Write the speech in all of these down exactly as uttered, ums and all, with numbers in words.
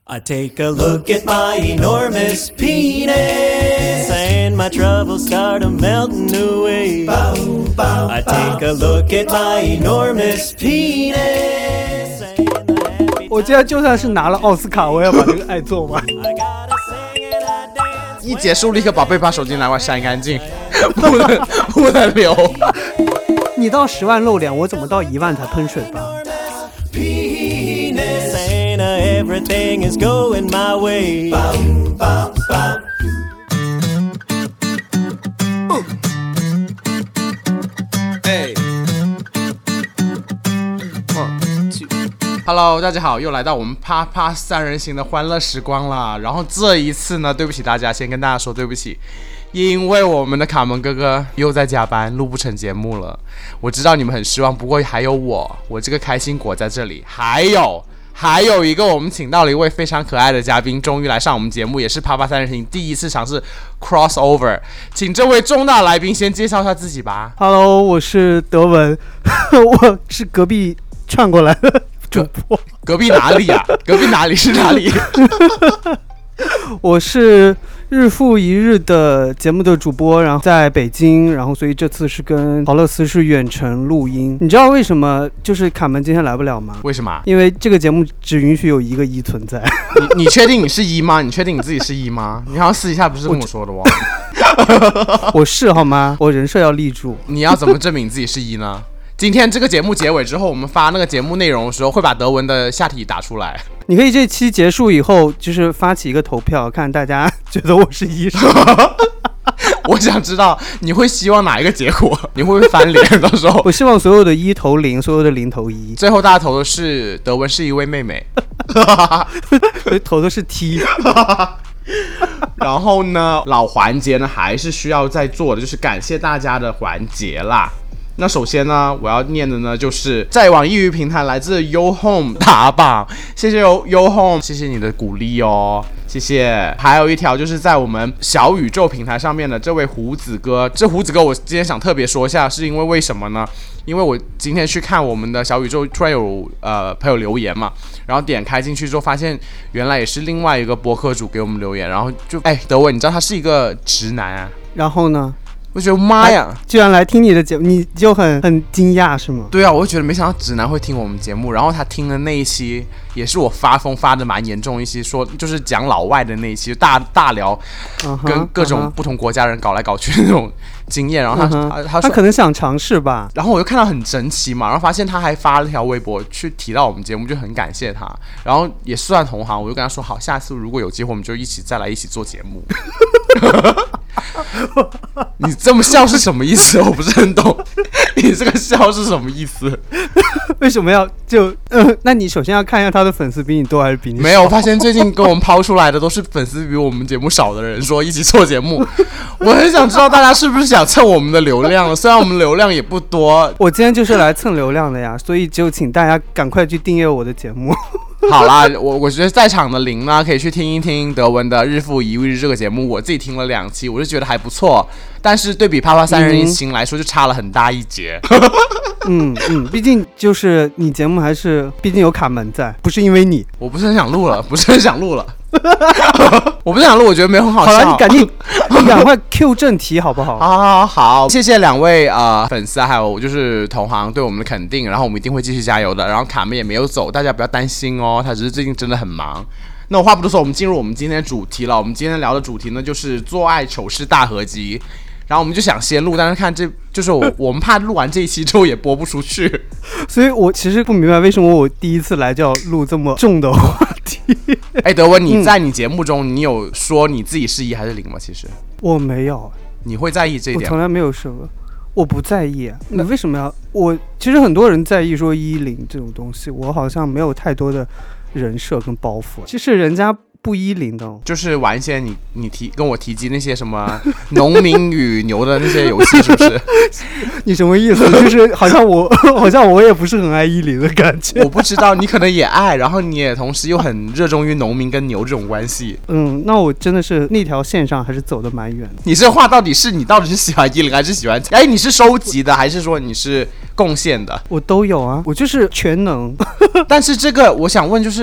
I take a look at my enormous penis and my troubles start a melting away. I take a look at my enormous penis and the happy 我今天就算是拿了奥斯卡，我也要把这个爱做完。 I gotta sing and I dance. 一结束立刻宝贝把手机拿过来删干净，不能不能留。 你到十万露脸，我怎么到一万才喷水吧？ Penis and uh, everything is going my way. Hello， 大家好，又来到我们啪啪三人行的欢乐时光了。然后这一次呢，对不起大家，先跟大家说对不起，因为我们的卡门哥哥又在加班，录不成节目了。我知道你们很失望，不过还有我，我这个开心果在这里。还有还有一个，我们请到了一位非常可爱的嘉宾，终于来上我们节目，也是啪啪三人行第一次尝试 crossover。请这位重大来宾先介绍一下自己吧。 Hello， 我是德文，我是隔壁串过来的主播。 隔壁哪里啊？隔壁哪里是哪里？ 我是日复一日的节目的主播，然后在北京，然后所以这次是跟陶乐斯是远程录音。你知道为什么就是卡门今天来不了吗？ 为什么？ 因为这个节目只允许有一个一存在。 你你确定你是一吗？你确定你自己是一吗？你好像私底下不是跟我说的哦。 我是好吗？我人设要立住。 你要怎么证明你自己是一呢？今天这个节目结尾之后，我们发那个节目内容的时候，会把德文的下体打出来。 你可以这期结束以后，就是发起一个投票，看大家觉得我是医生。 我想知道你会希望哪一个结果？你会不会翻脸？到时候我希望所有的一投零，所有的零投一， 最后大家投的是德文是一位妹妹， 投的是 T。 然后呢，老环节呢还是需要再做的，就是感谢大家的环节啦。那首先呢，我要念的呢，就是在网易云平台来自 You Home 打榜，谢谢 You Home， 谢谢你的鼓励哦，谢谢。还有一条就是在我们小宇宙平台上面的这位胡子哥，这胡子哥我今天想特别说一下，是因为为什么呢？因为我今天去看我们的小宇宙，突然有呃朋友留言嘛，然后点开进去之后，发现原来也是另外一个播客主给我们留言，然后就哎，德文，你知道他是一个直男啊， 然后呢？ 我觉得妈呀， 居然来听你的节目，你就很很惊讶是吗？ 对啊，我就觉得没想到直男会听我们节目，然后他听的那一期也是我发疯发的蛮严重一期，说就是讲老外的那一期，大大聊跟各种不同国家人搞来搞去的那种经验，然后他、uh-huh, 他他说他可能想尝试吧， 然后我就看到很神奇嘛，然后发现他还发了条微博去提到我们节目，就很感谢他，然后也算同行，我就跟他说好，下次如果有机会我们就一起再来一起做节目。你这么笑是什么意思？我不是很懂。你这个笑是什么意思？ 为什么要就呃？那你首先要看一下他的粉丝比你多还是比你少？ 没有，我发现最近跟我们抛出来的都是粉丝比我们节目少的人说一起做节目。我很想知道大家是不是想蹭我们的流量了？虽然我们流量也不多。 我今天就是来蹭流量的呀，所以就请大家赶快去订阅我的节目。 好啦，我我觉得在场的零呢，可以去听一听德文的日复一日这个节目，我自己听了两期，我就觉得还不错，但是对比啪啪三人行来说，就差了很大一截。 嗯嗯，毕竟就是你节目还是，毕竟有卡门在，不是因为你。 我不是很想录了，不是很想录了。我不是想录，我觉得没有很好笑。 好了，你赶紧，你赶快 Q 正题好不好？ 好好好，谢谢两位呃粉丝，还有就是同行对我们的肯定，然后我们一定会继续加油的。然后卡门也没有走，大家不要担心哦，他只是最近真的很忙。那我话不多说，我们进入我们今天的主题了。我们今天聊的主题呢，就是做爱糗事大合集。然后我们就想先录，但是看这就是我我们怕录完这一期之后也播不出去， 所以我其实不明白为什么我第一次来就要录这么重的话题。 哎，德文，你在你节目中你有说你自己是一还是零吗？其实我没有。 你会在意这一点？ 我从来没有说，我不在意。你为什么要？我其实很多人在意说一零这种东西，我好像没有太多的人设跟包袱。其实人家不一零的、哦， 就是玩一些你你提跟我提及那些什么农民与牛的那些游戏，是不是？ 你什么意思？就是好像我好像我也不是很爱一零的感觉。 我不知道，你可能也爱，然后你也同时又很热衷于农民跟牛这种关系。 嗯，那我真的是那条线上还是走得蛮远的。 你这话到底是你到底是喜欢一零还是喜欢？哎，你是收集的还是说你是贡献的？ 我都有啊，我就是全能。 但是这个我想问就是。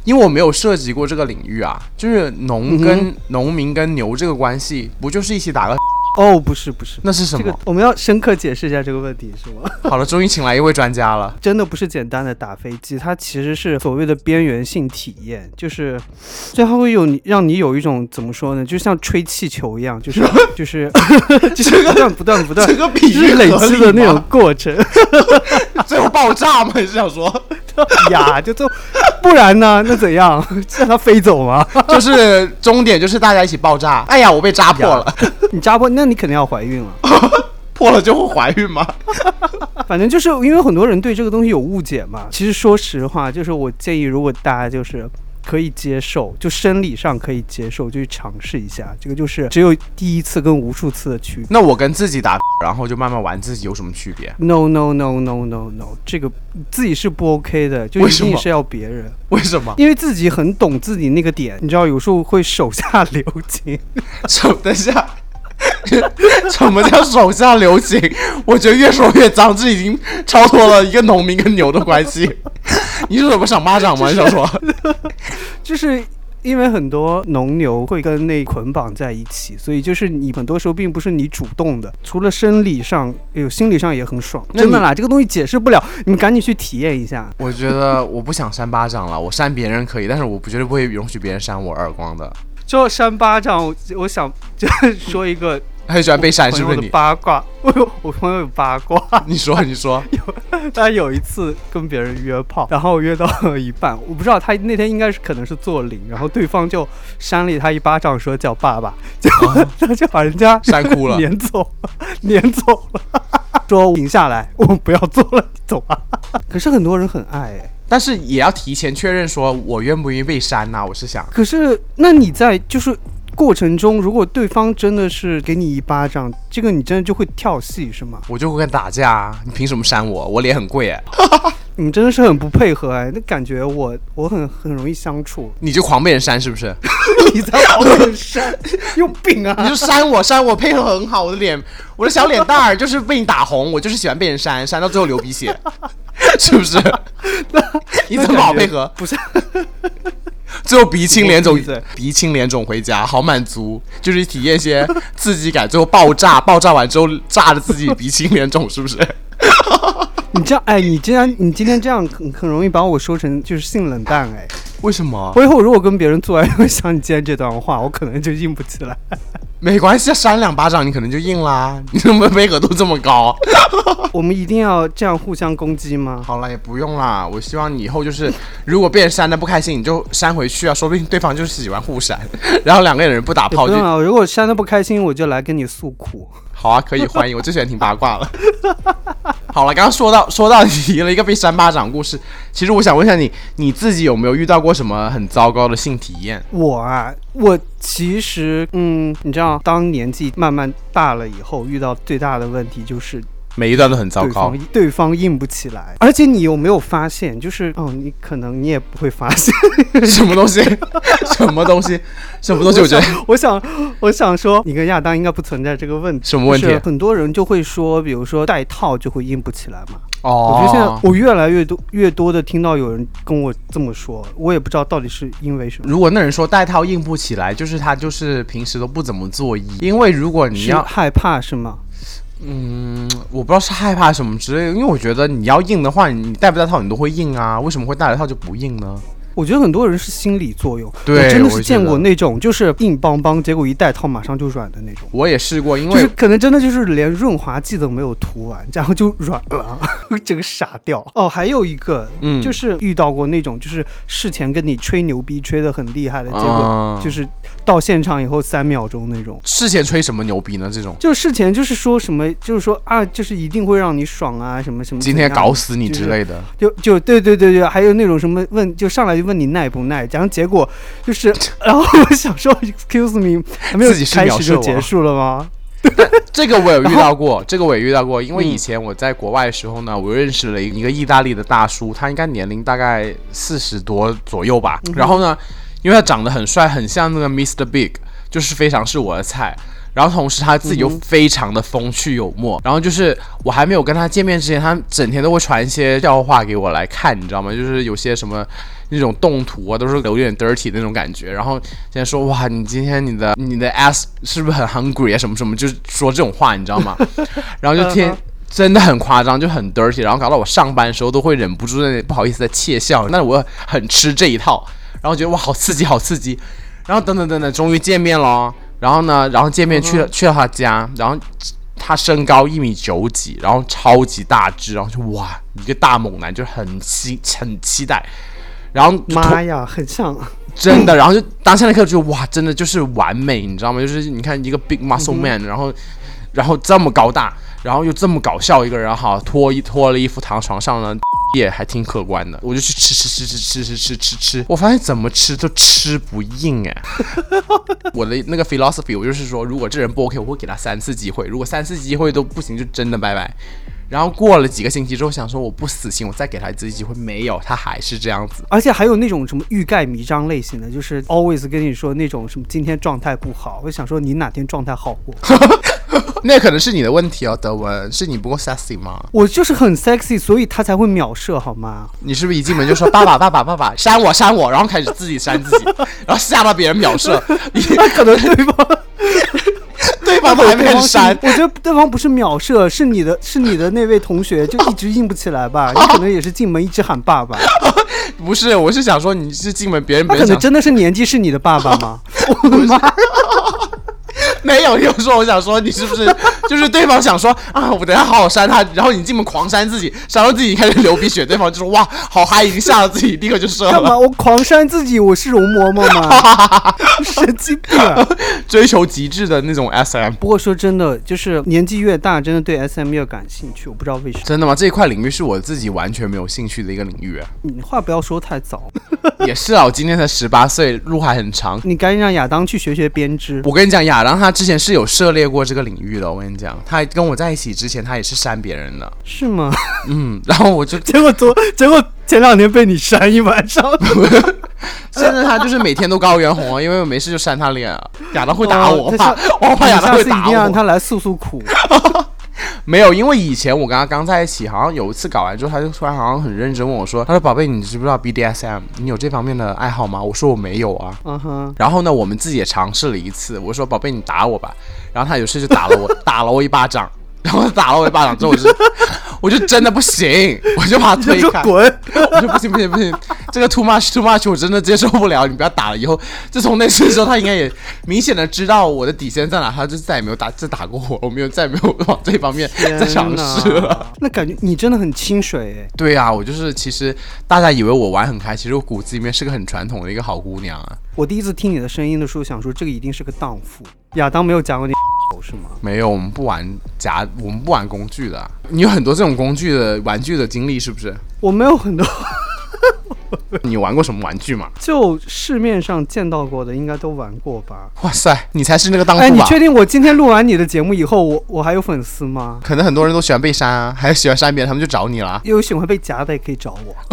因为我没有涉及过这个领域啊，就是农跟、嗯、农民跟牛这个关系，不就是一起打个？ 哦，不是不是， 那是什么？ 这个我们要深刻解释一下这个问题，是吗？ 好了，终于请来一位专家了。 真的不是简单的打飞机，它其实是所谓的边缘性体验，就是就它会有你让你有一种怎么说呢，就像吹气球一样，就是就是就是不断不断不断， 这个比喻累积的那种过程， 最后爆炸吗？你是想说呀？就就不然呢？那怎样让它飞走吗？ 就是终点就是大家一起爆炸。哎呀，我被扎破了， 你扎破，那你肯定要怀孕了。 破了就会怀孕吗？ 反正就是因为很多人对这个东西有误解嘛。其实说实话，就是我建议，如果大家就是可以接受，就生理上可以接受，就去尝试一下。这个就是只有第一次跟无数次的区别。 那我跟自己打，然后就慢慢玩自己有什么区别 ？No no no no no no， 这个自己是不 OK 的，就一定是要别人。 为什么？ 因为自己很懂自己那个点，你知道，有时候会手下留情。 手等下。什么叫手下留情？我觉得越说越脏，这已经超脱了一个农民跟牛的关系。你是什么赏巴掌吗？你想说？ 就是因为很多农牛会跟那捆绑在一起，所以就是你很多时候并不是你主动的，除了生理上，有心理上也很爽。真的啦，这个东西解释不了，你们赶紧去体验一下。 我觉得我不想扇巴掌了，我扇别人可以，但是我绝对不会容许别人扇我耳光的。 就扇巴掌，我我想就说一个。 很喜欢被扇，是不是你？ 八卦，我我朋友有八卦。 你说，你说。 有他有一次跟别人约炮，然后约到了一半，我不知道他那天应该是可能是做零，然后对方就扇了他一巴掌，说叫爸爸，结果他就把人家扇哭了， 撵走了，撵走了，说停下来，我们不要做了，走吧。可是很多人很爱哎、欸。 但是也要提前确认说我愿不愿意被扇呐、啊？我是想。 可是那你在就是过程中，如果对方真的是给你一巴掌，这个你真的就会跳戏是吗？ 我就会跟他打架啊！你凭什么扇我？我脸很贵哎、 欸。你们真的是很不配合哎、欸，那感觉我我很很容易相处。 你就狂被人扇是不是？ 你在狂被人扇，有病啊！ 你就扇我扇我，配合很好，我的脸，我的小脸蛋儿就是被你打红，我就是喜欢被人扇，扇到最后流鼻血，是不是？你怎么好配合？ 不是。 最后鼻青脸肿，鼻青脸肿回家，好满足，就是体验一些刺激感，最后爆炸，爆炸完之后炸的自己鼻青脸肿，是不是？ 你这样，哎，你这样，你今天这样很很容易把我说成就是性冷淡，哎， 为什么？ 我以后如果跟别人做爱会想你今天这段话，我可能就硬不起来。 没关系，扇两巴掌你可能就硬啦，你怎么配合度这么高？ 我们一定要这样互相攻击吗？ 好了，也不用啦。我希望你以后就是，如果被人扇的不开心，你就扇回去啊，说不定对方就是喜欢互扇，然后两个人不打炮就。 不用啊，如果扇的不开心，我就来跟你诉苦。 好啊，可以欢迎，我最喜欢听八卦了。好了，刚刚说到说到提了一个被扇巴掌故事，其实我想问一下你，你自己有没有遇到过什么很糟糕的性体验？ 我啊，我其实嗯，你知道，当年纪慢慢大了以后，遇到最大的问题就是每一段都很糟糕， 对方对方硬不起来。而且你有没有发现，就是哦，你可能你也不会发现什么东西，什么东西，什么东西？我觉得， 我想，我想说，你跟亚当应该不存在这个问题。 什么问题？ 就是很多人就会说，比如说戴套就会硬不起来嘛。 哦， 我觉得现在我越来越多越多的听到有人跟我这么说，我也不知道到底是因为什么。 如果那人说戴套硬不起来，就是他就是平时都不怎么做揖，因为如果你要害怕是吗？ 嗯，我不知道是害怕什么之类的，因为我觉得你要硬的话，你戴不戴套你都会硬啊，为什么会戴了套就不硬呢？ 我觉得很多人是心理作用， 对， 我真的是见过那种就是硬邦邦，结果一戴套马上就软的那种。 我也试过，因为就是可能真的就是连润滑剂都没有涂完，然后就软了，整个傻掉。哦，还有一个，嗯，就是遇到过那种就是事前跟你吹牛逼吹得很厉害的，结果就是到现场以后三秒钟那种。 事前吹什么牛逼呢？这种就事前就是说什么，就是说啊，就是一定会让你爽啊，什么什么，今天搞死你之类的。 就就对对对对，还有那种什么问，就上来就问你耐不耐，然后结果就是，然后我想说 ，excuse me， 还没有开始就结束了吗？ 这个我有遇到过，这个我也遇到过，因为以前我在国外的时候呢，我认识了一个意大利的大叔，他应该年龄大概四十多左右吧，嗯、然后呢，因为他长得很帅，很像那个 mister Big， 就是非常是我的菜。 然后同时他自己又非常的风趣幽默，嗯、然后就是我还没有跟他见面之前，他整天都会传一些笑话给我来看，你知道吗？就是有些什么那种动图啊，都是有点 dirty 的那种感觉。然后现在说哇，你今天你的你的 ass 是不是很 hungry 啊？什么什么，就是说这种话，你知道吗？然后就天。真的很夸张，就很 dirty， 然后搞到我上班的时候都会忍不住的不好意思在窃笑，但是我很吃这一套，然后觉得哇好刺激好刺激，然后等等等等，终于见面了，然后呢，然后见面去了、嗯、去了他家，然后他身高一米九几，然后超级大只，然后就哇一个大猛男，就很期很期待，然后妈呀，很像。 真的，然后就当下那刻就哇，真的就是完美，你知道吗？就是你看一个 big muscle man，、嗯、然后然后这么高大。然后又这么搞笑一个人，然后脱一脱了衣服躺床上呢，也还挺可观的。我就去吃吃吃吃吃吃吃吃吃，我发现怎么吃都吃不硬哎。我的那个 philosophy 我就是说，如果这人不 OK， 我会给他三次机会，如果三次机会都不行，就真的拜拜。然后过了几个星期之后，想说我不死心，我再给他一次机会，没有，他还是这样子。 而且还有那种什么欲盖弥彰类型的，就是 always 跟你说那种什么今天状态不好，我想说你哪天状态好过？ 那可能是你的问题哦，德文，是你不够 sexy 吗？ 我就是很 sexy， 所以他才会秒射，好吗？ 你是不是一进门就说爸爸爸爸爸爸扇我扇我，然后开始自己扇自己，然后吓到别人秒射？ 那可能对方对方都还没扇。 我觉得对方不是秒射，是你的是你的那位同学就一直硬不起来吧？你可能也是进门一直喊爸爸。 不是，我是想说你是进门别人别人他可能真的是年纪是你的爸爸吗？我的妈！ 没有，有时候我想说你是不是就是对方想说啊，我等一下好好扇他，然后你进门狂扇自己，扇到自己开始流鼻血，对方就说哇好嗨，已经吓到自己立刻就射了。 干嘛？我狂扇自己，我是容嬷嬷吗？神经病、啊！ 追求极致的那种 S M。 不过说真的，就是年纪越大，真的对 S M 越感兴趣，我不知道为什么。 真的吗？这一块领域是我自己完全没有兴趣的一个领域啊。 你话不要说太早。 也是啊，我今天才十八岁，路还很长。 你赶紧让亚当去学学编织。 我跟你讲，亚当他之前是有涉猎过这个领域的。我跟你讲，他跟我在一起之前，他也是扇别人的。 是吗？ 嗯，然后我就结果昨结果前两天被你扇一晚上。 现在他就是每天都高原红啊，因为我没事就扇他脸啊。亚当会打我，我怕我怕亚当会打我。 下次一定让他来诉诉苦。 没有，因为以前我跟他刚在一起，好像有一次搞完之后，他就突然好像很认真问我说：“他说宝贝，你知不知道 B D S M？ 你有这方面的爱好吗？”我说我没有啊。Uh huh. 然后呢，我们自己也尝试了一次。我说宝贝，你打我吧。然后他有事就打了我，打了我一巴掌。然后打了我一巴掌之后，我就我就真的不行，我就把他推开， 滚！ 我说不行不行不行，这个 too much too much， 我真的接受不了，你不要打了。以后自从那次之后，他应该也明显的知道我的底线在哪，他就再也没有打再打过我，我没有再也没有往这方面再尝试了。 那感觉你真的很清水哎。 对啊，我就是其实大家以为我玩很开，其实我骨子里面是个很传统的一个好姑娘啊。 我第一次听你的声音的时候，想说这个一定是个荡妇。亚当没有讲过你是吗？ 没有，我们不玩夹，我们不玩工具的。你有很多这种工具的玩具的经历是不是？ 我没有很多。 你玩过什么玩具吗？ 就市面上见到过的应该都玩过吧。 哇塞，你才是那个荡妇吧？ 哎，你确定我今天录完你的节目以后，我我还有粉丝吗？ 可能很多人都喜欢被扇啊，还喜欢扇别人，他们就找你了。 有喜欢被夹的也可以找我。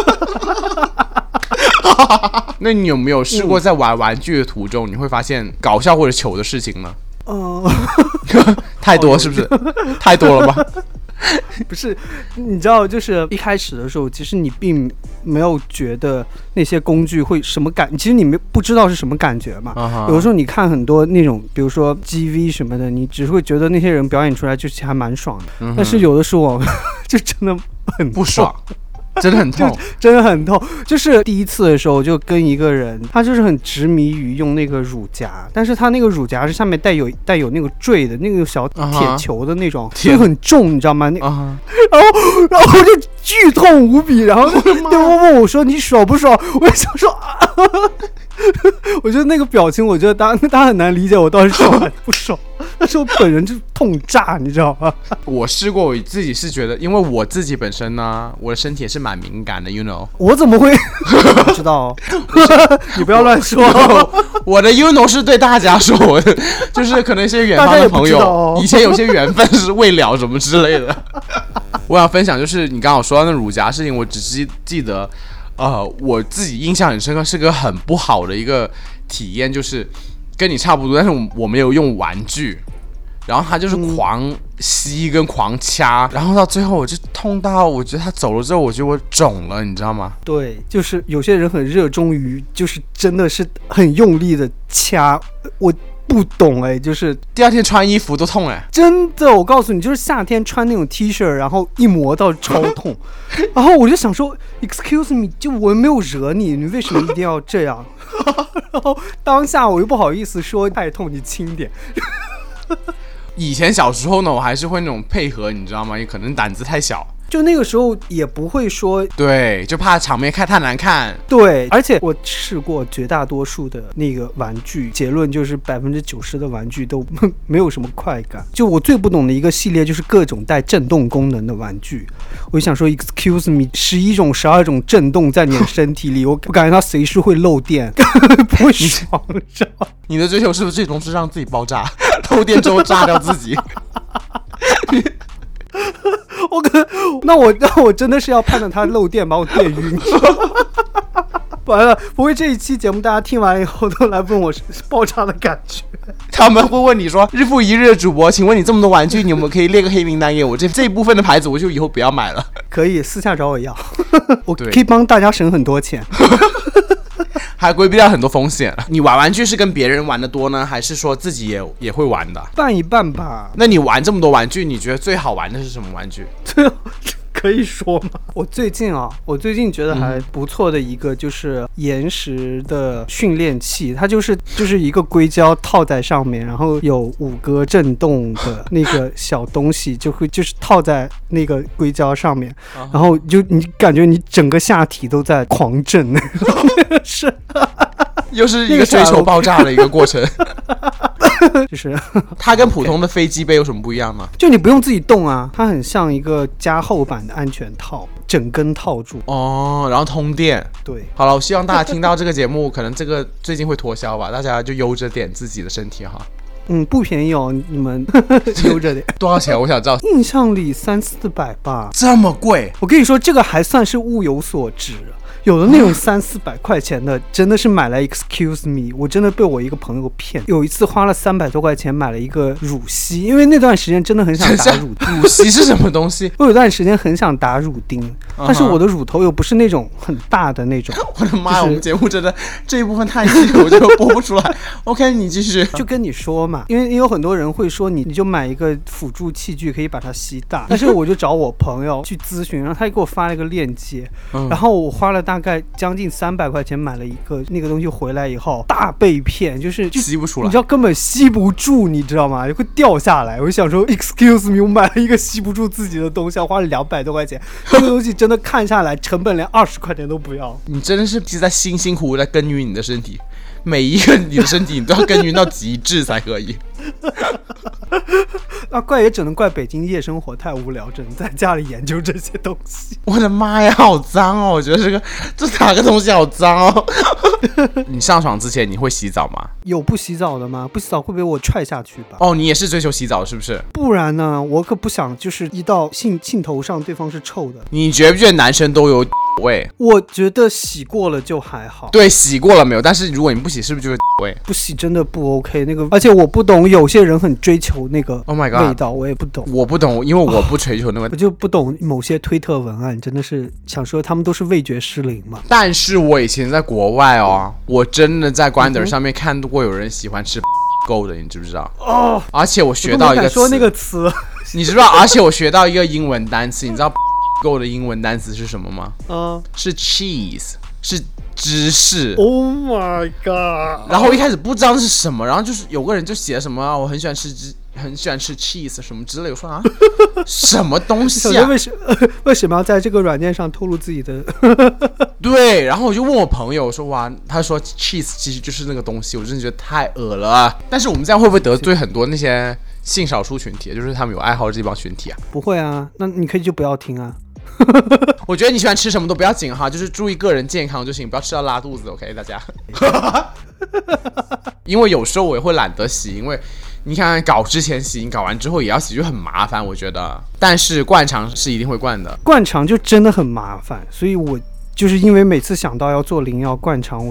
那你有没有试过在玩玩具的途中，嗯、你会发现搞笑或者糗的事情呢？ 嗯、 呃，太多是不是？太多了吧？ 不是，你知道，就是一开始的时候，其实你并没有觉得那些工具会什么感，其实你没不知道是什么感觉嘛。Uh-huh. 有的时候你看很多那种，比如说 G V 什么的，你只会觉得那些人表演出来就是还蛮爽的。Uh-huh. 但是有的时候就真的很不爽。真的很痛， 真的很痛。就是第一次的时候，就跟一个人，他就是很执迷于用那个乳夹，但是他那个乳夹是下面带有带有那个坠的那个小铁球的那种，所以很重，你知道吗？那、uh-huh. 然后然后我就剧痛无比，然后对方问我说：“你爽不爽？”我就想说啊。我觉得那个表情，我觉得大家很难理解我到底爽还是不爽。但是我本人就痛炸，你知道吗？ 我试过，我自己是觉得，因为我自己本身呢，我的身体也是蛮敏感的 ，you know。 我怎么会不知道？你不要乱说。 我的 you know 是对大家说，我的就是可能一些远方的朋友，哦、以前有些缘分是未了什么之类的。我想分享就是你刚好说到那乳夹事情，我只记记得。呃，我自己印象很深刻，是个很不好的一个体验，就是跟你差不多，但是我我没有用玩具，然后他就是狂吸跟狂掐，然后到最后我就痛到，我觉得他走了之后，我觉得我肿了，你知道吗？ 对，就是有些人很热衷于，就是真的是很用力的掐，我不懂哎，就是第二天穿衣服都痛哎， 真的，我告诉你，就是夏天穿那种 T 恤，然后一磨到超痛，然后我就想说 ，excuse me， 就我没有惹你，你为什么一定要这样？然后当下我又不好意思说太痛，你轻点。 以前小时候呢，我还是会那种配合，你知道吗？也可能胆子太小。 就那个时候也不会说， 对，就怕场面看太难看。 对，而且我试过绝大多数的那个玩具，结论就是百分之九十的玩具都没有什么快感。就我最不懂的一个系列就是各种带震动功能的玩具，我就想说 ，excuse me， 十一种、十二种震动在你的身体里，我我感觉它随时会漏电，不会爽着。 你的追求是不是最终是让自己爆炸，漏电之后炸掉自己？ 我可那我那我真的是要盼着它漏电把我电晕。完了，不会这一期节目大家听完以后都来问我爆炸的感觉？ 他们会问你说，日复一日的主播，请问你这么多玩具，你有没有可以列个黑名单给我？这这一部分的牌子我就以后不要买了。 可以私下找我要，我可以帮大家省很多钱。 还规避掉很多风险。你玩玩具是跟别人玩的多呢，还是说自己也也会玩的？ 半一半吧。 那你玩这么多玩具，你觉得最好玩的是什么玩具？ 可以说吗？我最近啊，我最近觉得还不错的一个就是岩石的训练器，它就是就是一个硅胶套在上面，然后有五个震动的那个小东西，就会就是套在那个硅胶上面，然后就你感觉你整个下体都在狂震，是。 又是一个追求爆炸的一个过程。 就是它跟普通的飞机杯有什么不一样吗？ 就你不用自己动啊，它很像一个加厚版的安全套，整根套住哦，然后通电。 对， 好了，我希望大家听到这个节目，可能这个最近会脱销吧，大家就悠着点自己的身体哈。 嗯，不便宜哦，你们悠着点。 多少钱？我想知道。 印象里三四百吧。 这么贵？ 我跟你说，这个还算是物有所值。有的那种三四百块钱的，真的是买来 excuse me， 我真的被我一个朋友骗。有一次花了三百多块钱买了一个乳吸，因为那段时间真的很想打乳乳吸是什么东西？ 我有段时间很想打乳钉，但是我的乳头又不是那种很大的那种。 我的妈呀！就是、我们节目真的这一部分太细了，我就播不出来。OK， 你继续。 就跟你说嘛，因为有很多人会说你你就买一个辅助器具可以把它吸大，但是我就找我朋友去咨询，然后他给我发了一个链接，嗯、然后我花了大概将近三百块钱买了一个那个东西回来以后，大被骗，就是就吸不出来， 你知道根本吸不住，你知道吗？会掉下来。我就想说 ，excuse me， 我买了一个吸不住自己的东西，花了两百多块钱，这个东西真的看下来成本连二十块钱都不要。 你真的是在辛辛苦苦在耕耘你的身体。每一个你的身体你都要耕耘到极致才可以。 那怪也只能怪北京夜生活太无聊，只能在家里研究这些东西。 我的妈呀，好脏哦！我觉得这个这哪个东西好脏哦。你上床之前你会洗澡吗？ 有不洗澡的吗？不洗澡会被我踹下去吧？ 哦，你也是追求洗澡是不是？ 不然呢，我可不想就是一到兴兴头上对方是臭的。 你觉不觉得男生都有味？ 我觉得洗过了就还好。 对，洗过了没有？但是如果你不洗，是不是就会味？ 不洗真的不 OK。那个，而且我不懂，有些人很追求那个 Oh my God 味道，我也不懂。 我不懂，因为我不追求那个味道、 哦。我就不懂某些推特文案，真的是想说他们都是味觉失灵嘛。 但是我以前在国外哦，我真的在 Grindr 上面看过有人喜欢吃够的，你知不知道？哦。而且我学到一个词， 说那个词， 你知不知道？而且我学到一个英文单词，你知道够的英文单词是什么吗？嗯，是 cheese， 是芝士。 Oh my god！ 然后我一开始不知道是什么，然后就是有个人就写什么、啊、我很喜欢吃芝，很喜欢吃 cheese 什么之类。我说啊，什么东西啊？ 为什么为什么要在这个软件上透露自己的？ 对，然后我就问我朋友，我说哇，他说 cheese 其实就是那个东西，我真的觉得太恶了。但是我们这样会不会得罪很多那些性少数群体，就是他们有爱好这帮群体啊？ 不会啊，那你可以就不要听啊。 我觉得你喜欢吃什么都不要紧哈，就是注意个人健康就行，不要吃到拉肚子 OK 大家。因为有时候我也会懒得洗，因为你看搞之前洗，你搞完之后也要洗，就很麻烦我觉得。但是灌肠是一定会灌的， 灌肠就真的很麻烦，所以我就是因为每次想到要做零药灌肠，我就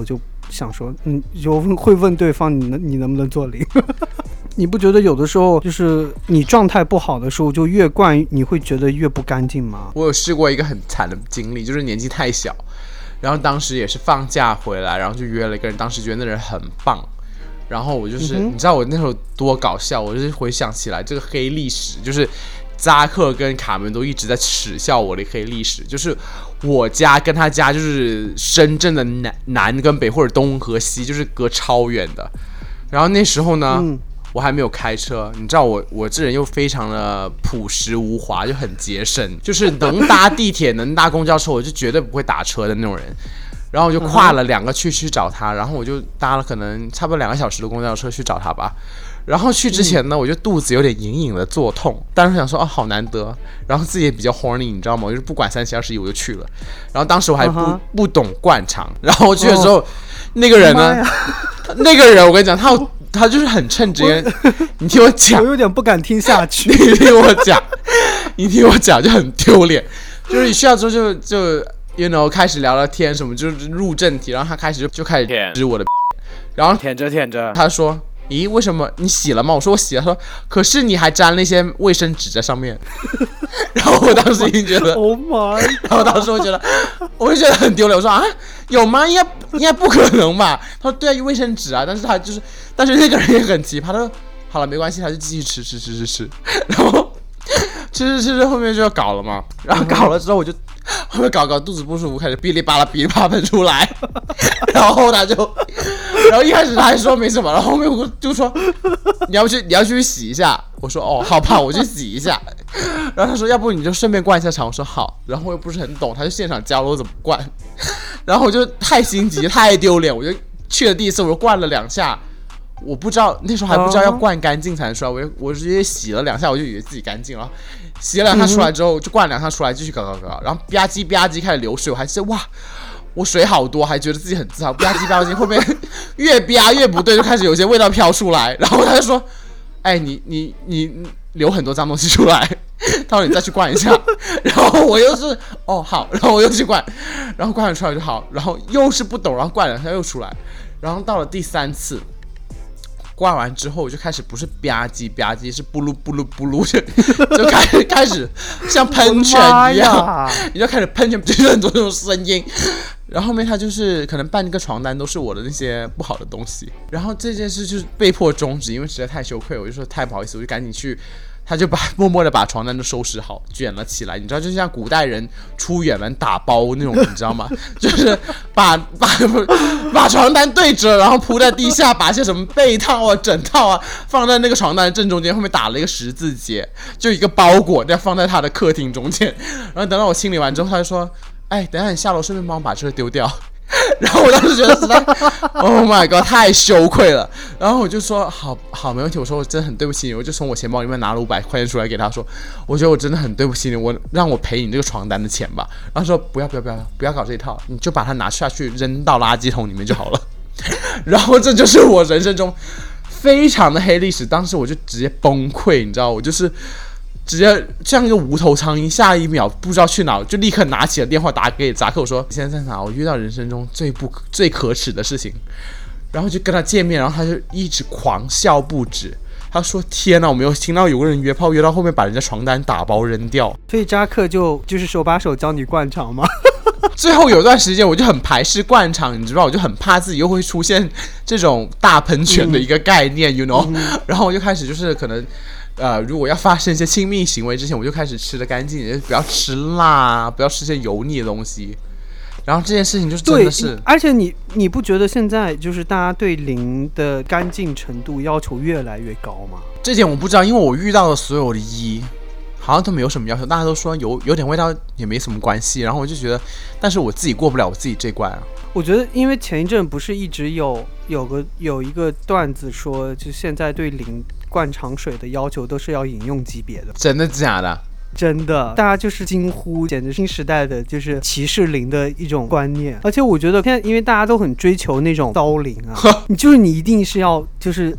想说，嗯，就会问对方你能你能不能做零。你不觉得有的时候就是你状态不好的时候，就越灌你会觉得越不干净吗？ 我有试过一个很惨的经历，就是年纪太小，然后当时也是放假回来，然后就约了一个人，当时觉得那人很棒，然后我就是、嗯、你知道我那时候多搞笑，我就是回想起来这个黑历史，就是扎克跟卡门都一直在耻笑我的黑历史，就是我家跟他家就是深圳的南南跟北或者东和西，就是隔超远的。然后那时候呢、嗯、我还没有开车，你知道我我这人又非常的朴实无华，就很节省，就是能搭地铁能搭公交车我就绝对不会打车的那种人。然后我就跨了两个去去找他，然后我就搭了可能差不多两个小时的公交车去找他吧。然后去之前呢、嗯、我就肚子有点隐隐的作痛，但是想说哦好难得，然后自己也比较 horny 你知道吗，我就是不管三七二十一我就去了。然后当时我还不、uh-huh. 不懂灌肠，然后我去的时候、oh. 那个人呢那个人我跟你讲他他就是很称职业，你听我讲， 我有点不敢听下去。 你听我讲，你听我讲就很丢脸。就是你去了之后就就 you know 开始聊聊天什么，就是入正题，然后他开始就就开始指我的，然后舔着舔着， 他说。咦，为什么你洗了吗？我说我洗了。他说，可是你还沾了一些卫生纸在上面。然后我当时已经觉得 ，Oh my！ 然后当时我觉得，我就觉得很丢脸。我说啊，有吗？应该应该不可能吧？他说对啊，卫生纸啊。但是他就是，但是那个人也很奇葩。他说好了，没关系，他就继续吃吃吃吃吃。然后吃吃吃吃，后面就要搞了嘛。然后搞了之后，我就后面搞搞肚子不舒服，开始哔哩吧啦哔哩吧啦喷出来。然后他就。然后一开始他还说没什么，然后后面我就说你要去你要去洗一下，我说哦好吧，我去洗一下。然后他说要不你就顺便灌一下肠，我说好。然后我又不是很懂，他就现场教了我怎么灌，然后我就太心急太丢脸，我就去了第一次，我就灌了两下，我不知道那时候还不知道要灌干净才能出来，我我直接洗了两下，我就以为自己干净了，洗了两下出来之后就灌两下出来继续搞搞搞，然后吧唧吧唧开始流水，我还是哇。我水好多，还觉得自己很自豪，吧唧吧唧，后面越吧越不对，就开始有些味道飘出来，然后他就说：“哎，你你你流很多脏东西出来。”他说：“你再去灌一下。”然后我又是哦好，然后我又去灌，然后灌了出来就好，然后又是不懂，然后灌两下又出来，然后到了第三次。灌完之后我就开始不是吧唧吧唧，是布噜布噜布噜，就就开始开始像喷泉一样，你就开始喷泉，就是很多那种声音。然后后面他就是可能半个床单都是我的那些不好的东西，然后这件事就是被迫终止，因为实在太羞愧，我就说太不好意思，我就赶紧去。他就把默默的把床单都收拾好，卷了起来。你知道，就像古代人出远门打包那种，你知道吗？就是把把把床单对折，然后铺在地下，把些什么被套啊、枕套啊放在那个床单的正中间，后面打了一个十字结，就一个包裹，这样放在他的客厅中间。然后等到我清理完之后，他就说：“哎，等一下你下楼顺便帮我把这个丢掉。”然后我当时觉得实在 ，Oh my god， 太羞愧了。然后我就说好好没问题，我说我真的很对不起你，我就从我钱包里面拿了五百块钱出来给他说，我觉得我真的很对不起你，我让我赔你这个床单的钱吧。然后说不要不要不要不要搞这一套，你就把它拿下去扔到垃圾桶里面就好了。然后这就是我人生中非常的黑历史，当时我就直接崩溃，你知道，我就是。直接像一个无头苍蝇，下一秒不知道去哪，就立刻拿起了电话打给扎克，我说：“你现在在哪？我遇到人生中最不最可耻的事情。”然后就跟他见面，然后他就一直狂笑不止。他说：“天哪，我没有听到有个人约炮约到后面把人家床单打包扔掉。” 所以扎克就就是手把手教你灌肠吗？ 最后有段时间我就很排斥灌肠，你知道，我就很怕自己又会出现这种大喷泉的一个概念、嗯、，you know、嗯。然后我就开始就是可能。呃，如果要发生一些亲密行为之前，我就开始吃得干净一点，不要吃辣，不要吃些油腻的东西。然后这件事情就是真的是， 对，而且你你不觉得现在就是大家对零的干净程度要求越来越高吗？ 这点我不知道，因为我遇到的所有的一好像都没有什么要求，大家都说有有点味道也没什么关系。然后我就觉得，但是我自己过不了我自己这关啊。 我觉得，因为前一阵不是一直有有个有一个段子说，就现在对零灌肠水的要求都是要饮用级别的。 真的假的？ 真的，大家就是惊呼，简直新时代的就是歧视零的一种观念。而且我觉得现在因为大家都很追求那种骚零啊，你就是你一定是要就是一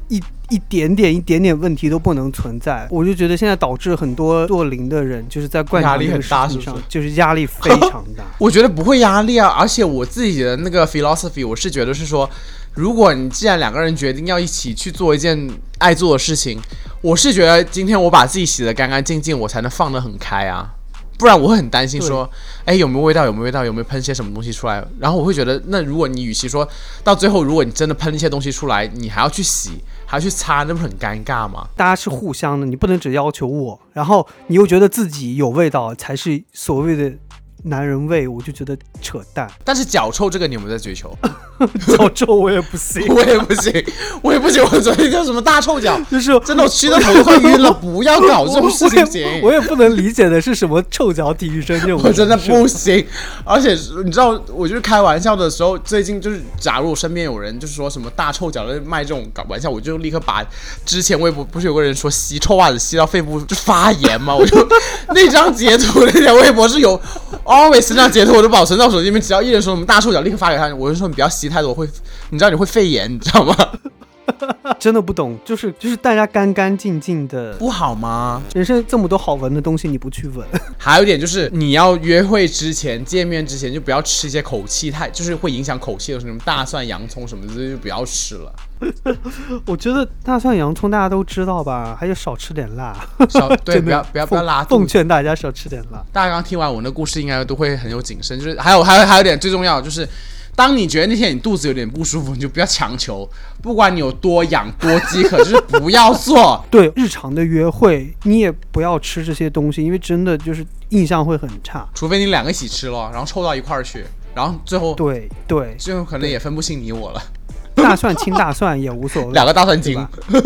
一点点一点点问题都不能存在。我就觉得现在导致很多做零的人就是在灌肠这个事情上就是压力非常大。 我觉得不会压力啊，而且我自己的那个 philosophy 我是觉得是说，如果你既然两个人决定要一起去做一件爱做的事情，我是觉得今天我把自己洗得干干净净，我才能放得很开啊。不然我会很担心说，哎，有没有味道？有没有味道？有没有喷些什么东西出来？然后我会觉得，那如果你与其说到最后，如果你真的喷一些东西出来，你还要去洗，还要去擦，那不是很尴尬吗？ 大家是互相的，你不能只要求我，然后你又觉得自己有味道才是所谓的男人味，我就觉得扯淡。 但是脚臭这个你有没有在追求？ 脚臭我也不行， 我也不行，我也不行。我昨天叫什么大臭脚， 就是真的我气得头都快晕了。不要搞这种事情行。 我也, 我也不能理解的是什么臭脚体育生这种， 我真的不行。而且你知道，我就是开玩笑的时候，最近就是假如我身边有人就是说什么大臭脚在卖这种玩笑，我就立刻把之前微博不是有个人说吸臭袜子吸到肺部就发炎吗？我就那张截图那条微博是有 always 那张截图我都保存到手机里面，只要一人说什么大臭脚立刻发给他，我就说你不要吸太多，会你知道你会肺炎，你知道吗？ 真的不懂，就是就是大家干干净净的不好吗？ 人生这么多好闻的东西你不去闻。 还有一点就是你要约会之前见面之前就不要吃一些口气太就是会影响口气的什么大蒜洋葱什么的就不要吃了。 我觉得大蒜洋葱大家都知道吧，还有少吃点辣。 少对不要不要不要拉肚子， 奉劝大家少吃点辣。 大家刚听完我的故事应该都会很有谨慎，就是还有还有还有一点最重要的就是当你觉得那天你肚子有点不舒服，你就不要强求，不管你有多痒多饥渴，就是不要做。 对，日常的约会你也不要吃这些东西，因为真的就是印象会很差。 除非你两个一起吃了，然后凑到一块儿去，然后最后对对， 最后可能也分不清你我了。 大蒜亲大蒜也无所谓， 两个大蒜精。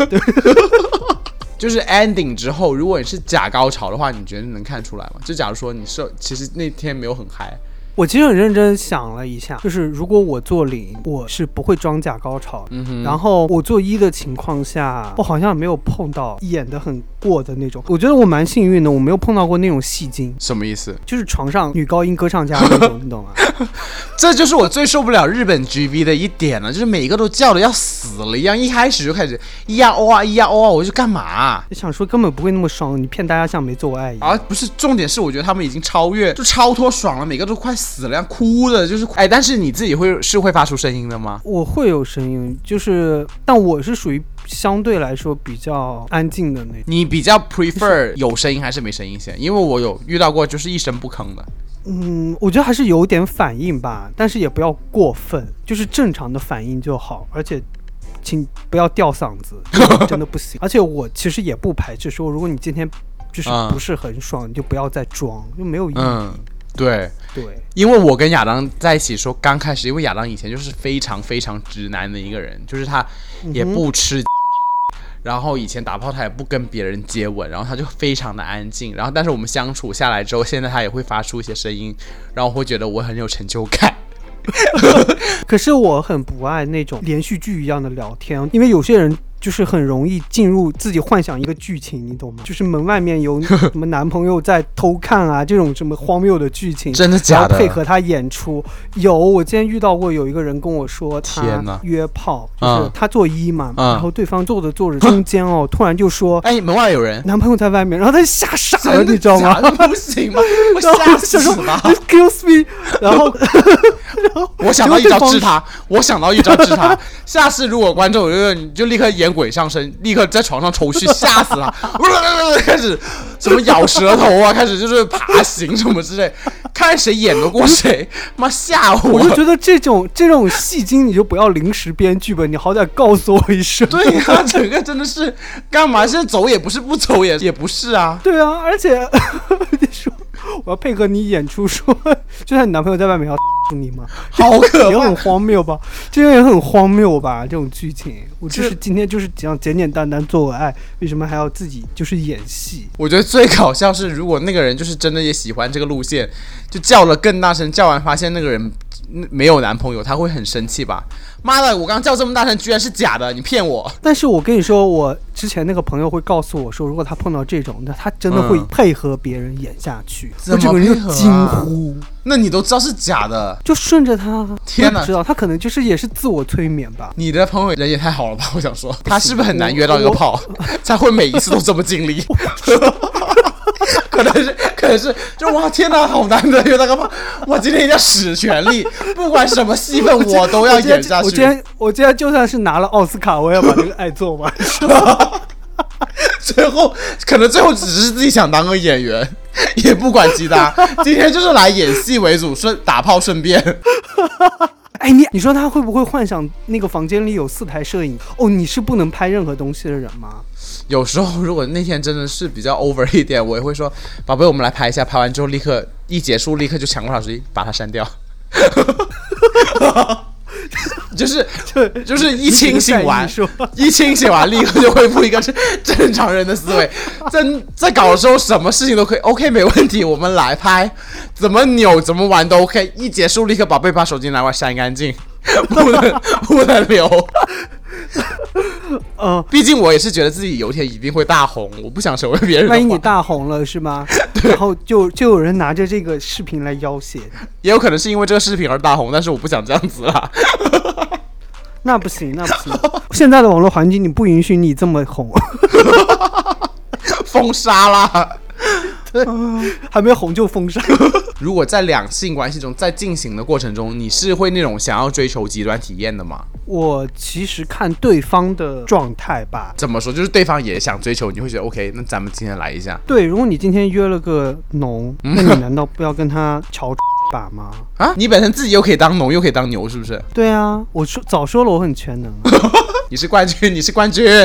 就是 ending 之后，如果你是假高潮的话，你觉得能看出来吗？就假如说你是其实那天没有很嗨。 我其实很认真想了一下，就是如果我做零，我是不会装假高潮、嗯、然后我做一的情况下，我好像没有碰到演得很过的那种。我觉得我蛮幸运的，我没有碰到过那种戏精。 什么意思？ 就是床上女高音歌唱家那种，你懂吗？ 这就是我最受不了日本 G V 的一点了，就是每一个都叫的要死了一样，一开始就开始咿呀哦啊咿呀哦啊，我就干嘛、啊？ 就想说根本不会那么爽，你骗大家像没做过爱一样。 啊，不是，重点是我觉得他们已经超越，就超脱爽了，每个都快死了，哭的，就是哎，但是你自己会是会发出声音的吗？ 我会有声音，就是但我是属于相对来说比较安静的那种。 你比较 prefer 有声音还是没声音先？因为我有遇到过就是一声不吭的。 嗯，我觉得还是有点反应吧，但是也不要过分，就是正常的反应就好，而且请不要吊嗓子，真的不行。而且我其实也不排斥说，如果你今天就是不是很爽，嗯、你就不要再装，就没有意义。 嗯，对对， 因为我跟亚当在一起说，刚开始，因为亚当以前就是非常非常直男的一个人，就是他也不吃。嗯然后以前打炮他也不跟别人接吻，然后他就非常的安静，然后但是我们相处下来之后，现在他也会发出一些声音，然后我会觉得我很有成就感。 可是我很不爱那种连续剧一样的聊天，因为有些人就是很容易进入自己幻想一个剧情，你懂吗？就是门外面有什么男朋友在偷看啊，这种什么荒谬的剧情， 真的假的？ 然后配合他演出。有，我之前遇到过有一个人跟我说，他约炮，就是他做一嘛、嗯，然后对方做着做着中间哦，突然就说， 哎，门外有人， 男朋友在外面，然后他就吓傻了，你知道吗？ 不行吗？我吓死吧 ！Excuse me， 然后。 我想到一招治他，我想到一招治他。下次如果观众有你就立刻演鬼上身，立刻在床上抽搐，吓死他！开始什么咬舌头啊，开始就是爬行什么之类，看谁演得过谁，妈吓我！ 我就觉得这种这种戏精，你就不要临时编剧本，你好歹告诉我一声。 对呀、啊，整个真的是干嘛？现在走也不是，不走也也不是啊。 对啊，而且你说我要配合你演出说，就算你男朋友在外面要你吗？ 好可怕， 也很荒谬吧？这个也很荒谬吧？这种剧情，我就是今天就是想简简单单做个爱，为什么还要自己就是演戏？ 我觉得最搞笑是，如果那个人就是真的也喜欢这个路线，就叫了更大声，叫完发现那个人没有男朋友，他会很生气吧？妈的，我刚叫这么大声，居然是假的，你骗我！ 但是我跟你说，我之前那个朋友会告诉我说，如果他碰到这种，那他真的会配合别人演下去。 怎么配合啊？ 我整个人就惊呼。 那你都知道是假的， 了？ 就顺着他。 天哪， 知道他可能就是也是自我催眠吧。 你的朋友人也太好了吧？我想说，他是不是很难约到一个炮，才会每一次都这么尽力？可能是，可能是，就哇天哪，好难得约到个炮！我今天一定要使全力，不管什么戏份我都要演下去。 我今天，我今天就算是拿了奥斯卡，我也要把这个爱做完。 最后可能最后只是自己想当个演员，也不管其他，今天就是来演戏为主，顺打炮顺便。 哎，你你说他会不会幻想那个房间里有四台摄影？哦，你是不能拍任何东西的人吗？ 有时候如果那天真的是比较 over 一点，我也会说，宝贝，我们来拍一下，拍完之后立刻一结束，立刻就抢过手机把它删掉。就是就是一清醒完，一清醒完立刻就恢复一个正常人的思维。在在搞的时候，什么事情都可以 ，OK 没问题，我们来拍，怎么扭怎么玩都 OK。一结束立刻宝贝把手机拿过来删干净，不能不能留。呃，毕竟我也是觉得自己有一天一定会大红，我不想成为别人的。 万一你大红了是吗？然后就就有人拿着这个视频来要挟， 也有可能是因为这个视频而大红，但是我不想这样子啦。 那不行，那不行。现在的网络环境你不允许你这么红， 封杀啦。 对，还没红就封杀。 如果在两性关系中，在进行的过程中，你是会那种想要追求极端体验的吗？ 我其实看对方的状态吧。 怎么说？就是对方也想追求，你会觉得 OK， 那咱们今天来一下。 对，如果你今天约了个农，那你难道不要跟他瞧把吗？ 啊，你本身自己又可以当农，又可以当牛，是不是？ 对啊，我说早说了，我很全能。 你是冠军，你是冠军。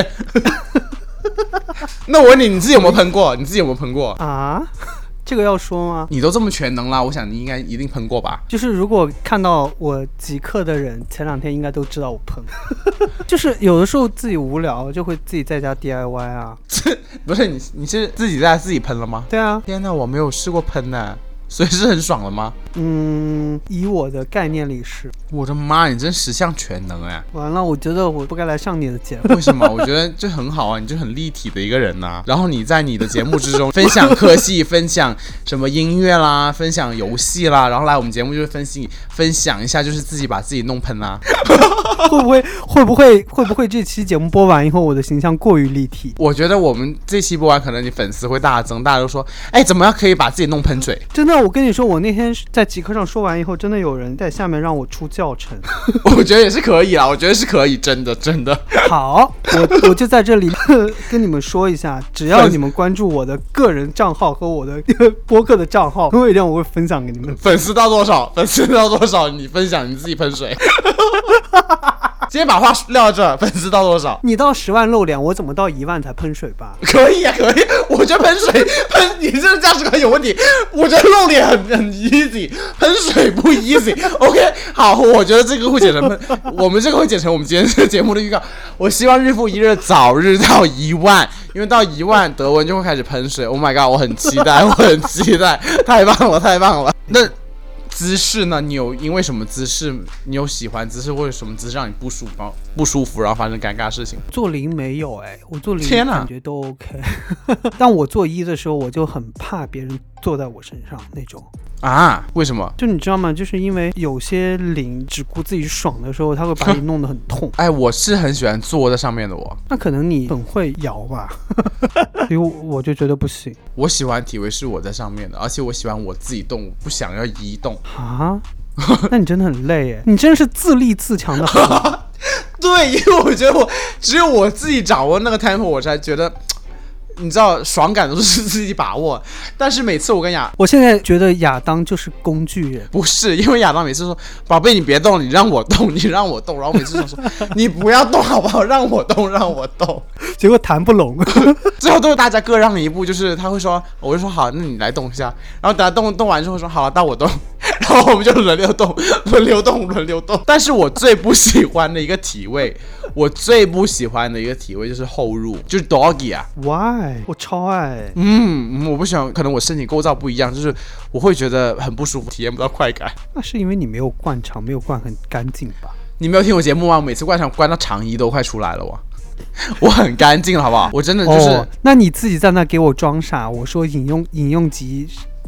那我问你，你自己有没有喷过？你自己有没有喷过啊？这个要说吗？ 你都这么全能啦，我想你应该一定喷过吧。 就是如果看到我极客的人，前两天应该都知道我喷。就是有的时候自己无聊，就会自己在家 D I Y 啊。 不是你，你是自己在自己喷了吗？ 对啊。 天哪，我没有试过喷呢。所以是很爽了吗？ 嗯，以我的概念里是。 我的妈，你真十项全能哎！ 完了，我觉得我不该来上你的节目。 为什么？我觉得这很好啊，你就很立体的一个人呐、啊。然后你在你的节目之中分享科系，分享什么音乐啦，分享游戏啦，然后来我们节目就是分析分享一下，就是自己把自己弄喷啦、啊。 会不会会不会会不会这期节目播完以后，我的形象过于立体？ 我觉得我们这期播完，可能你粉丝会大增，大家都说，哎，怎么样可以把自己弄喷水？ 真的。我跟你说，我那天在极客上说完以后，真的有人在下面让我出教程。 我觉得也是可以啦，我觉得是可以，真的真的。 好，我我就在这里跟你们说一下，只要你们关注我的个人账号和我的播客的账号，有一天我会分享给你们。 粉丝到多少？粉丝到多少？你分享你自己喷水。今天把话撂到这，粉丝到多少？ 你到十万露脸，我怎么到一万才喷水吧？ 可以啊，可以。我觉得喷水喷你这个价值观有问题。我觉得露脸很很 easy， 喷水不 easy。OK， 好，我觉得这个会剪成喷，我们这个会剪成我们今天这个节目的预告。我希望日复一日早日到一万，因为到一万德文就会开始喷水。Oh my god， 我很期待，我很期待，太棒了，太棒了。那姿势呢？你有因为什么姿势？你有喜欢姿势或者什么姿势让你不舒服、不舒服，然后发生尴尬的事情？ 做零没有哎、欸，我做零感觉都 OK， 但我做一的时候，我就很怕别人坐在我身上那种。 啊？为什么？ 就你知道吗？就是因为有些零只顾自己爽的时候，他会把你弄得很痛。 哎，我是很喜欢坐在上面的我。 那可能你很会摇吧，所以我就觉得不行。 我喜欢体位是我在上面的，而且我喜欢我自己动，不想要移动。 啊？那你真的很累哎，你真的是自立自强的很。 对，因为我觉得我只有我自己掌握那个 tempo， 我才觉得。你知道爽感都是自己把握，但是每次我跟亚， 我现在觉得亚当就是工具人， 不是，因为亚当每次说宝贝你别动，你让我动，你让我动，然后每次都说你不要动好不好，让我动让我动， 结果谈不拢， 最后都是大家各让一步，就是他会说，我会说好，那你来动一下，然后等他动动完之后说好了，到我动，然后我们就轮流动，轮流动，轮流动。但是我最不喜欢的一个体位，我最不喜欢的一个体位就是后入，就是 doggy 啊 ，Why？我超爱。 嗯，我不喜欢，可能我身体构造不一样，就是我会觉得很不舒服，体验不到快感。 那是因为你没有灌肠，没有灌很干净吧？ 你没有听我节目吗？我每次灌肠灌到肠衣都快出来了，我我很干净了，好不好？我真的就是， 哦、那你自己在那给我装傻，我说饮用饮用级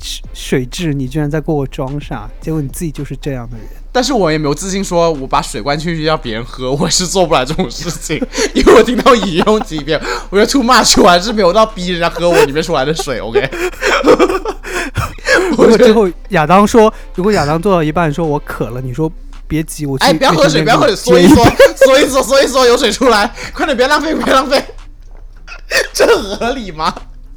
水蛭，你居然在给我装傻，结果你自己就是这样的人。 但是我也没有自信说我把水灌进去让别人喝，我是做不来这种事情，因为我听到饮用级别，我觉得 too much， 我还是没有到逼人家喝我里面出来的水 OK 如果最后亚当说，如果亚当做到一半说我渴了，你说别急，我去哎不要喝水不要喝水，缩一缩缩一缩缩一缩有水出来，快点别浪费别浪费，这合理吗？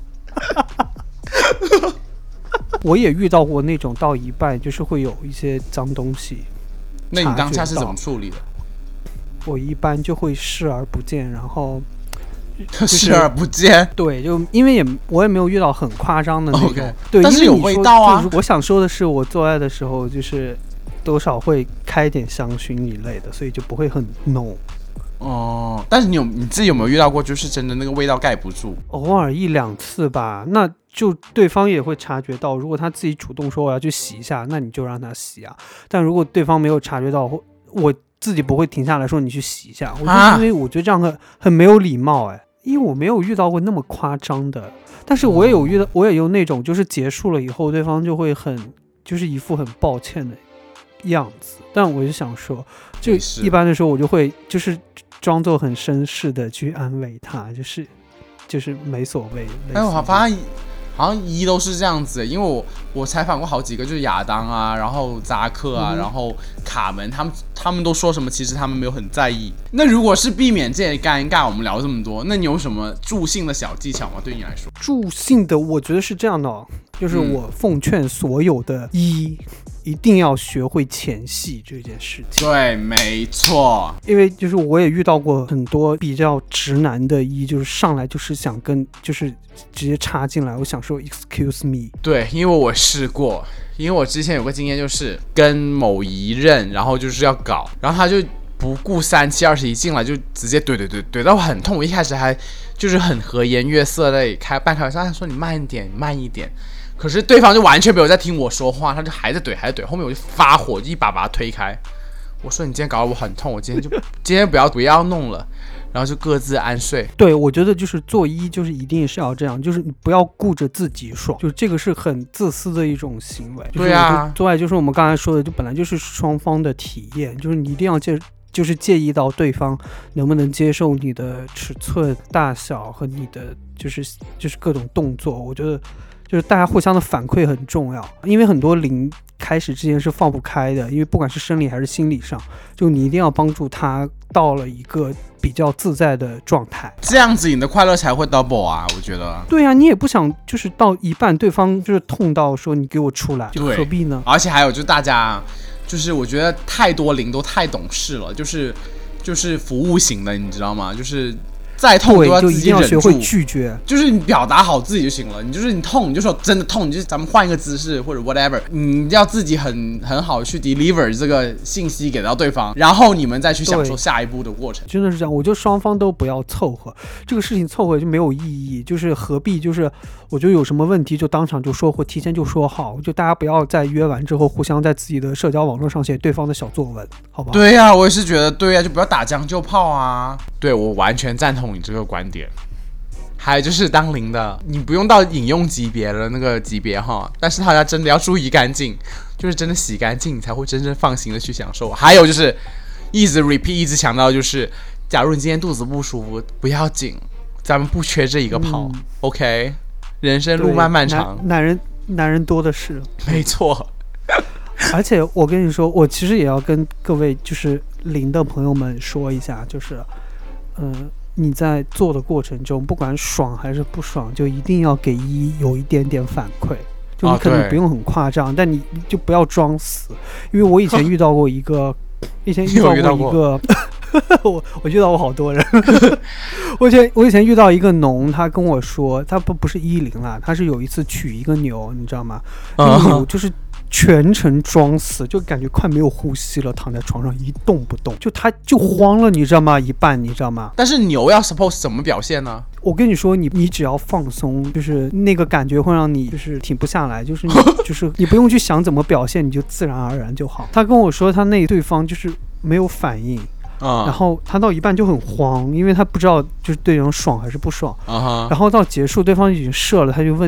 我也遇到过那种到一半就是会有一些脏东西。 那你当下是怎么处理的？ 我一般就会视而不见，然后、就是、 视而不见。 对，就因为也我也没有遇到很夸张的那种。 Okay, 对， 但是有味道啊。 我想说的是，我做爱的时候就是多少会开点香薰一类的，所以就不会很浓。 哦，但是你有你自己有没有遇到过，就是真的那个味道盖不住？ 偶尔一两次吧，那就对方也会察觉到。如果他自己主动说我要去洗一下，那你就让他洗啊。但如果对方没有察觉到，我自己不会停下来说你去洗一下。我就因为我觉得这样很很没有礼貌哎，因为我没有遇到过那么夸张的。但是我也有遇到，我也有那种就是结束了以后，对方就会很就是一副很抱歉的样子。但我就想说，就一般的时候我就会就是装作很绅士的去安慰他，就是就是没所谓。 哎，我发现好像一都是这样子，因为我我采访过好几个，就是亚当啊，然后扎克啊，嗯、然后卡门，他们他们都说什么？其实他们没有很在意。那如果是避免这些尴尬，我们聊这么多，那你有什么助兴的小技巧吗？对你来说， 助兴的，我觉得是这样的、哦，就是我奉劝所有的一。嗯一定要学会前戏这件事情。 对，没错。 因为就是我也遇到过很多比较直男的一，就是上来就是想跟，就是直接插进来。我想说 ，excuse me。 对，因为我试过，因为我之前有个经验，就是跟某一任，然后就是要搞，然后他就不顾三七二十一进来就直接怼怼怼怼到很痛。我一开始还就是很和颜悦色的开半开玩笑，他说你慢一点，慢一点。可是对方就完全没有在听我说话，他就还在怼还在怼，后面我就发火，就一把把他推开。我说你今天搞得我很痛，我今天就今天不要不要弄了，然后就各自安睡。 对，我觉得就是做一就是一定是要这样，就是你不要顾着自己爽，就这个是很自私的一种行为。 对啊， 做爱就是我们刚才说的，就本来就是双方的体验，就是你一定要介就是介意到对方能不能接受你的尺寸大小和你的就是就是各种动作，我觉得。就是大家互相的反馈很重要，因为很多零开始之前是放不开的，因为不管是生理还是心理上，就你一定要帮助他到了一个比较自在的状态， 这样子你的快乐才会 double 啊，我觉得。 对啊，你也不想就是到一半对方就是痛到说你给我出来，就何必呢？ 而且还有就是大家就是我觉得太多零都太懂事了，就是就是服务型的，你知道吗？就是再痛都要自己忍住， 就一定要学会拒绝， 就是你表达好自己就行了。你就是你痛，你就说真的痛，你就咱们换一个姿势或者 whatever， 你要自己很很好去 deliver 这个信息给到对方，然后你们再去享受下一步的过程。 真的是这样，我觉得双方都不要凑合，这个事情凑合就没有意义，就是何必就是我觉得有什么问题就当场就说或提前就说好，就大家不要在约完之后互相在自己的社交网络上写对方的小作文，好吧？ 对呀、啊，我也是觉得对呀、啊，就不要打将就炮啊。对，我完全赞同你这个观点。还有就是当零的，你不用到饮用级别的那个级别哈，但是大家真的要注意干净，就是真的洗干净，你才会真正放心的去享受。还有就是一直 repeat 一直强调，就是假如你今天肚子不舒服不要紧，咱们不缺这一个泡、嗯、OK， 人生路漫漫长， 男, 男人男人多的是， 没错。 而且我跟你说，我其实也要跟各位就是零的朋友们说一下，就是嗯、呃你在做的过程中，不管爽还是不爽，就一定要给一有一点点反馈。就你可能不用很夸张、啊，但你就不要装死。因为我以前遇到过一个，以前遇到过一个，我我遇到过好多人。我以前我以前遇到一个农，他跟我说，他不不是一零啦，他是有一次娶一个牛，你知道吗？那个牛就是全程装死，就感觉快没有呼吸了，躺在床上一动不动，就他就慌了，你知道吗？一半，你知道吗？ 但是牛要 suppose 怎么表现呢？ 我跟你说，你你只要放松，就是那个感觉会让你就是停不下来，就是你就是你不用去想怎么表现，你就自然而然就好。他跟我说，他那对方就是没有反应。Uh-huh. 然后他到一半就很慌，因为他不知道就是对方爽还是不爽。Uh-huh. 然后到结束，对方已经射了，他就问你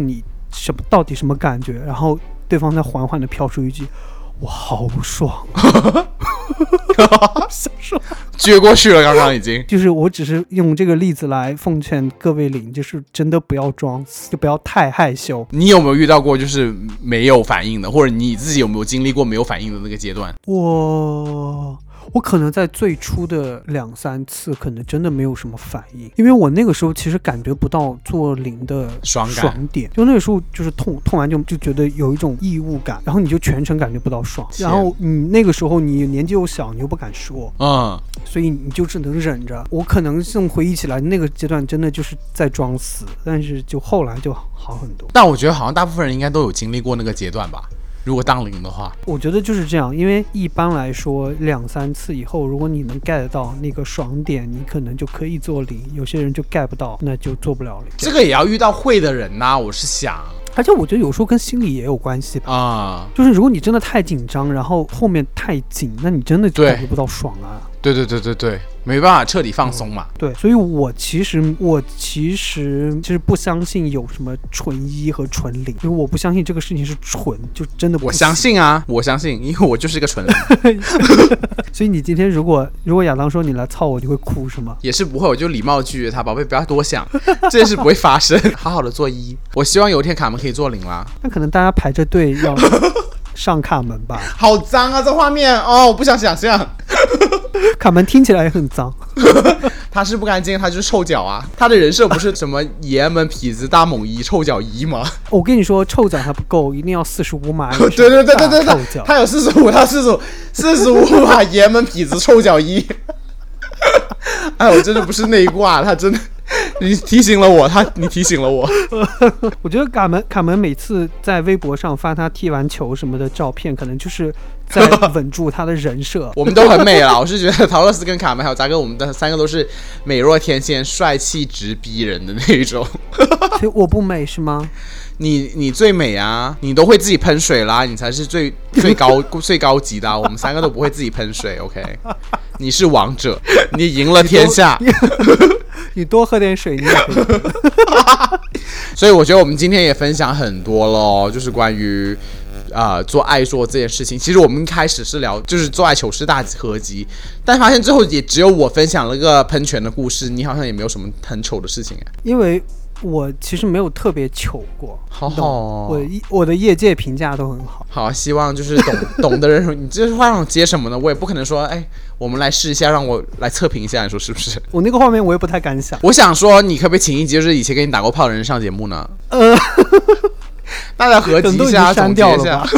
什么到底什么感觉，然后对方再缓缓的飘出一句我好爽想说撅过去了，刚刚已经就是我只是用这个例子来奉劝各位领，就是真的不要装死，就不要太害羞。 你有没有遇到过就是没有反应的，或者你自己有没有经历过没有反应的那个阶段？ 我我可能在最初的两三次可能真的没有什么反应，因为我那个时候其实感觉不到做零的爽感爽点，就那个时候就是痛痛完就就觉得有一种异物感，然后你就全程感觉不到爽，然后你那个时候你年纪又小，你又不敢说， 嗯， 所以你就只能忍着。我可能这么回忆起来，那个阶段真的就是在装死，但是就后来就好很多。 但我觉得好像大部分人应该都有经历过那个阶段吧。如果当零的话， 我觉得就是这样，因为一般来说两三次以后，如果你能 get 到那个爽点，你可能就可以做零，有些人就 get 不到，那就做不了零。 这个也要遇到会的人呐、啊，我是想。 而且我觉得有时候跟心理也有关系吧， 啊， 就是如果你真的太紧张，然后后面太紧，那你真的就感觉不到爽啊。 对对对对对，没办法彻底放松嘛。 嗯、对，所以我其实我其实就是不相信有什么纯一和纯零，就是我不相信这个事情是纯，就真的不。 我相信啊，我相信，因为我就是个纯零。 所以你今天如果如果亚当说你来操我，你会哭是吗？ 也是不会，我就礼貌拒绝他，宝贝不要多想，这件事不会发生，好好的做一。我希望有一天卡门可以做零啦。 那可能大家排着队要上卡门吧。 好脏啊，这画面哦，我不想想象。 卡门听起来也很脏。 他是不干净，他就是臭脚啊。他的人设不是什么爷们痞子大猛一臭脚一吗？ 我跟你说，臭脚还不够，一定要四十五码。 对对对对对对，他有四十五，他四十五，四十五码爷们痞子臭脚一。哎，我真的不是内挂，他真的。你提醒了我，他你提醒了我。 我觉得卡门卡门每次在微博上发他踢完球什么的照片，可能就是在稳住他的人设。 我们都很美啦，我是觉得陶乐斯跟卡门还有扎哥，我们的三个都是美若天仙、帅气直逼人的那一种。 所以我不美是吗？ 你你最美啊，你都会自己喷水啦，你才是最最高最高级的、啊。我们三个都不会自己喷水 ，OK？ 你是王者，你赢了天下。 你多喝点水，你也可以。 所以我觉得我们今天也分享很多咯，就是关于呃做爱做这件事情。其实我们一开始是聊就是做爱糗事大合集，但发现最后也只有我分享了个喷泉的故事，你好像也没有什么很糗的事情哎。 因为我其实没有特别糗过， 好好、哦， 我我的业界评价都很好。 好，希望就是懂懂的人说，你这话让我接什么呢？我也不可能说，哎，我们来试一下，让我来测评一下，你说是不是？ 我那个画面我也不太敢想。 我想说，你可不可以请一集就是以前跟你打过炮的人上节目呢？呃，大家合集一下，总结一下。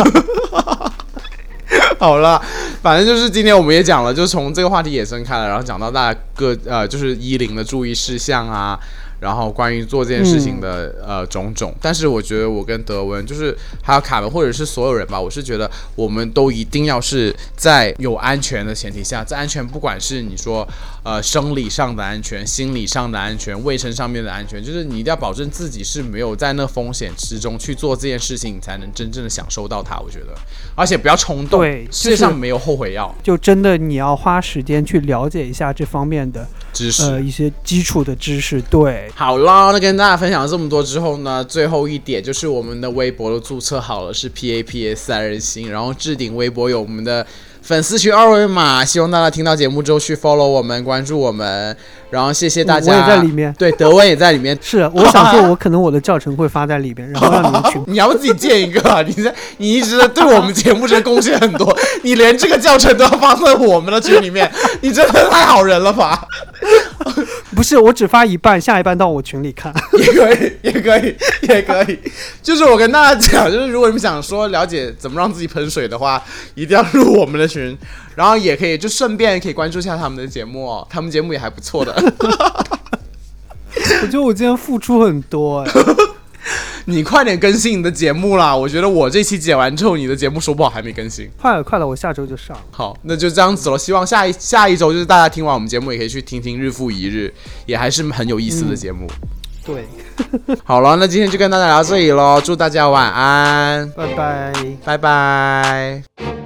好了，反正就是今天我们也讲了，就是从这个话题衍生开了，然后讲到大家各呃就是一零的注意事项啊。然后关于做这件事情的、嗯、呃种种，但是我觉得我跟德文就是还有卡门或者是所有人吧，我是觉得我们都一定要是在有安全的前提下，在安全不管是你说呃生理上的安全、心理上的安全、卫生上面的安全，就是你一定要保证自己是没有在那风险之中去做这件事情，你才能真正的享受到它。我觉得，而且不要冲动， 对， 世界上没有后悔药， 就真的你要花时间去了解一下这方面的知识， 呃一些基础的知识，对。 好啦，那跟大家分享了这么多之后呢，最后一点就是我们的微博都注册好了，是 P A P S 三人行，然后置顶微博有我们的粉丝群二维码，希望大家听到节目之后去 follow 我们，关注我们，然后谢谢大家。 我也在里面， 对，德文也在里面。 是，我想说，我可能我的教程会发在里边，然后让你们群。 你要不自己建一个、啊？你在你一直对我们节目这贡献很多，你连这个教程都要放在我们的群里面，你真的太好人了吧？ 不是，我只发一半，下一半到我群里看。 也可以，也可以，也可以。就是我跟大家讲，就是如果你们想说了解怎么让自己喷水的话，一定要入我们的群，然后也可以就顺便可以关注一下他们的节目哦，他们节目也还不错的。 我觉得我今天付出很多哎。 你快点更新你的节目啦！我觉得我这期剪完之后，你的节目说不好还没更新。 快了，快了，我下周就上。 好，那就这样子了。希望下一下一周就是大家听完我们节目，也可以去听听日复一日，也还是很有意思的节目。 嗯、对。 好了，那今天就跟大家聊到这里咯，祝大家晚安， 拜拜， 拜拜。